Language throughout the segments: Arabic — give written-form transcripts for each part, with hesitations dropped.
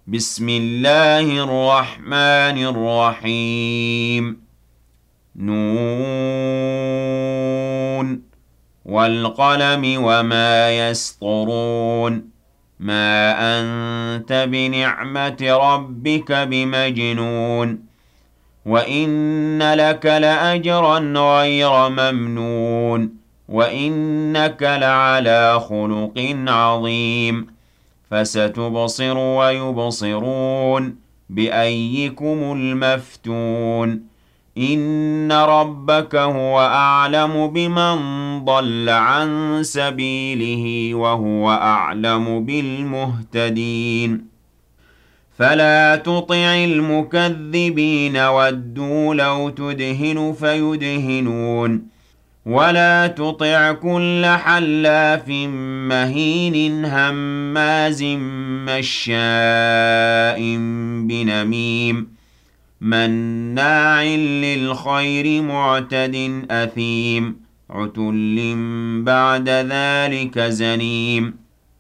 بسم الله الرحمن الرحيم نون والقلم وما يسطرون ما أنت بنعمة ربك بمجنون وإن لك لأجرا غير ممنون وإنك لعلى خلق عظيم فستبصر ويبصرون بأيكم المفتون إن ربك هو أعلم بمن ضل عن سبيله وهو أعلم بالمهتدين فلا تطع المكذبين ودوا لو تدهن فيدهنون ولا تطع كل حلاف مهين هماز مشاء بنميم مناع للخير معتد أثيم عتل بعد ذلك زنيم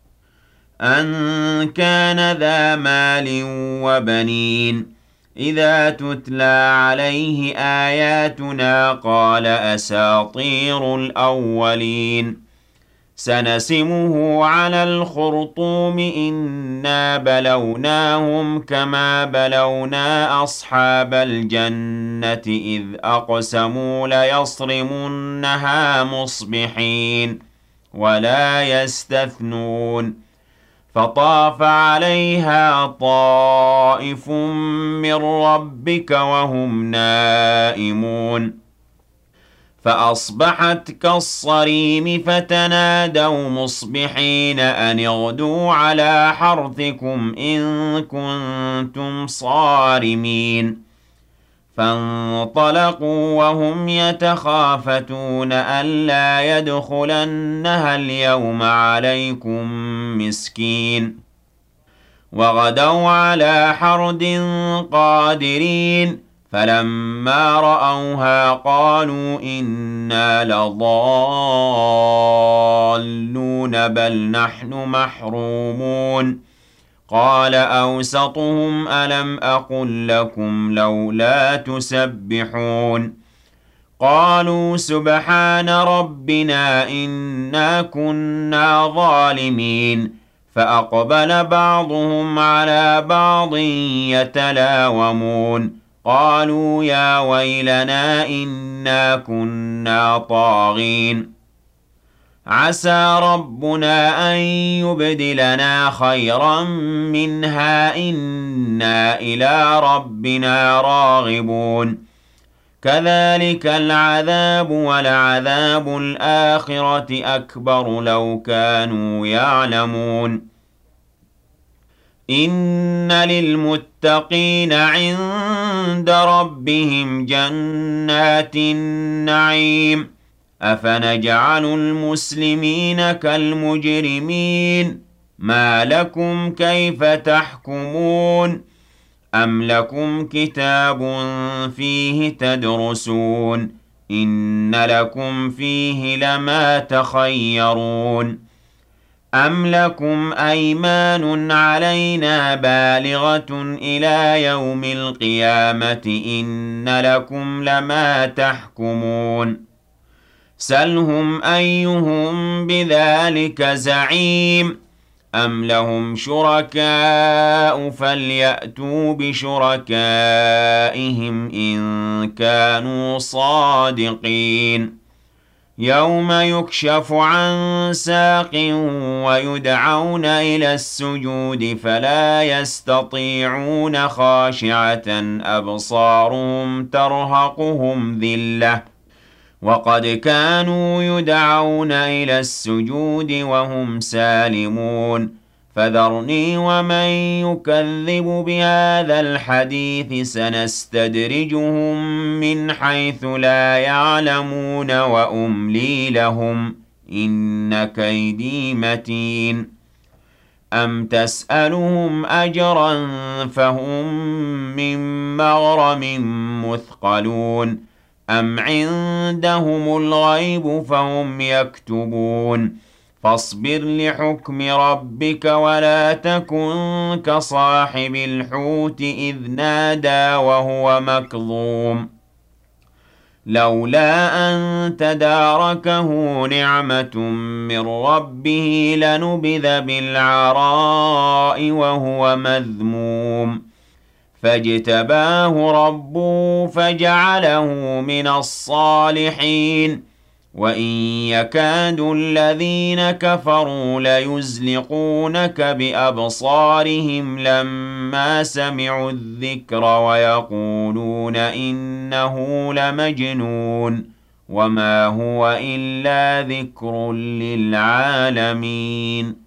أن كان ذا مال وبنين إذا تتلى عليه آياتنا قال أساطير الأولين سنسمه على الخرطوم إنا بلوناهم كما بلونا أصحاب الجنة إذ أقسموا ليصرمنها مصبحين ولا يستثنون فطاف عليها طائف من ربك وهم نائمون فأصبحت كالصريم فتنادوا مصبحين أن اغدوا على حرثكم إن كنتم صارمين فانطلقوا وهم يتخافتون ألا يدخلنها اليوم عليكم مسكين وغدوا على حرد قادرين فلما رأوها قالوا إنا لضالون بل نحن محرومون قال أوسطهم ألم أقل لكم لولا تسبحون قالوا سبحان ربنا إنا كنا ظالمين فأقبل بعضهم على بعض يتلاومون قالوا يا ويلنا إنا كنا طاغين عسى ربنا أن يبدلنا خيرا منها إنا إلى ربنا راغبون كذلك العذاب ولعذاب الآخرة أكبر لو كانوا يعلمون إن للمتقين عند ربهم جنات النعيم أفنجعل المسلمين كالمجرمين ما لكم كيف تحكمون أم لكم كتاب فيه تدرسون إن لكم فيه لما تخيرون أم لكم أيمان علينا بالغة إلى يوم القيامة إن لكم لما تحكمون سلهم أيهم بذلك زعيم أم لهم شركاء فليأتوا بشركائهم إن كانوا صادقين يوم يكشف عن ساق ويدعون إلى السجود فلا يستطيعون خاشعة أبصارهم ترهقهم ذلة وقد كانوا يدعون إلى السجود وهم سالمون فذرني ومن يكذب بهذا الحديث سنستدرجهم من حيث لا يعلمون وأملي لهم إن كيدي متين أم تسألهم أجرا فهم من مغرم مثقلون أم عندهم الغيب فهم يكتبون فاصبر لحكم ربك ولا تكن كصاحب الحوت إذ نادى وهو مكظوم لولا أن تداركه نعمة من ربه لنبذ بالعراء وهو مذموم فاجتباه ربه فجعله من الصالحين وإن يكاد الذين كفروا ليزلقونك بأبصارهم لما سمعوا الذكر ويقولون إنه لمجنون وما هو إلا ذكر للعالمين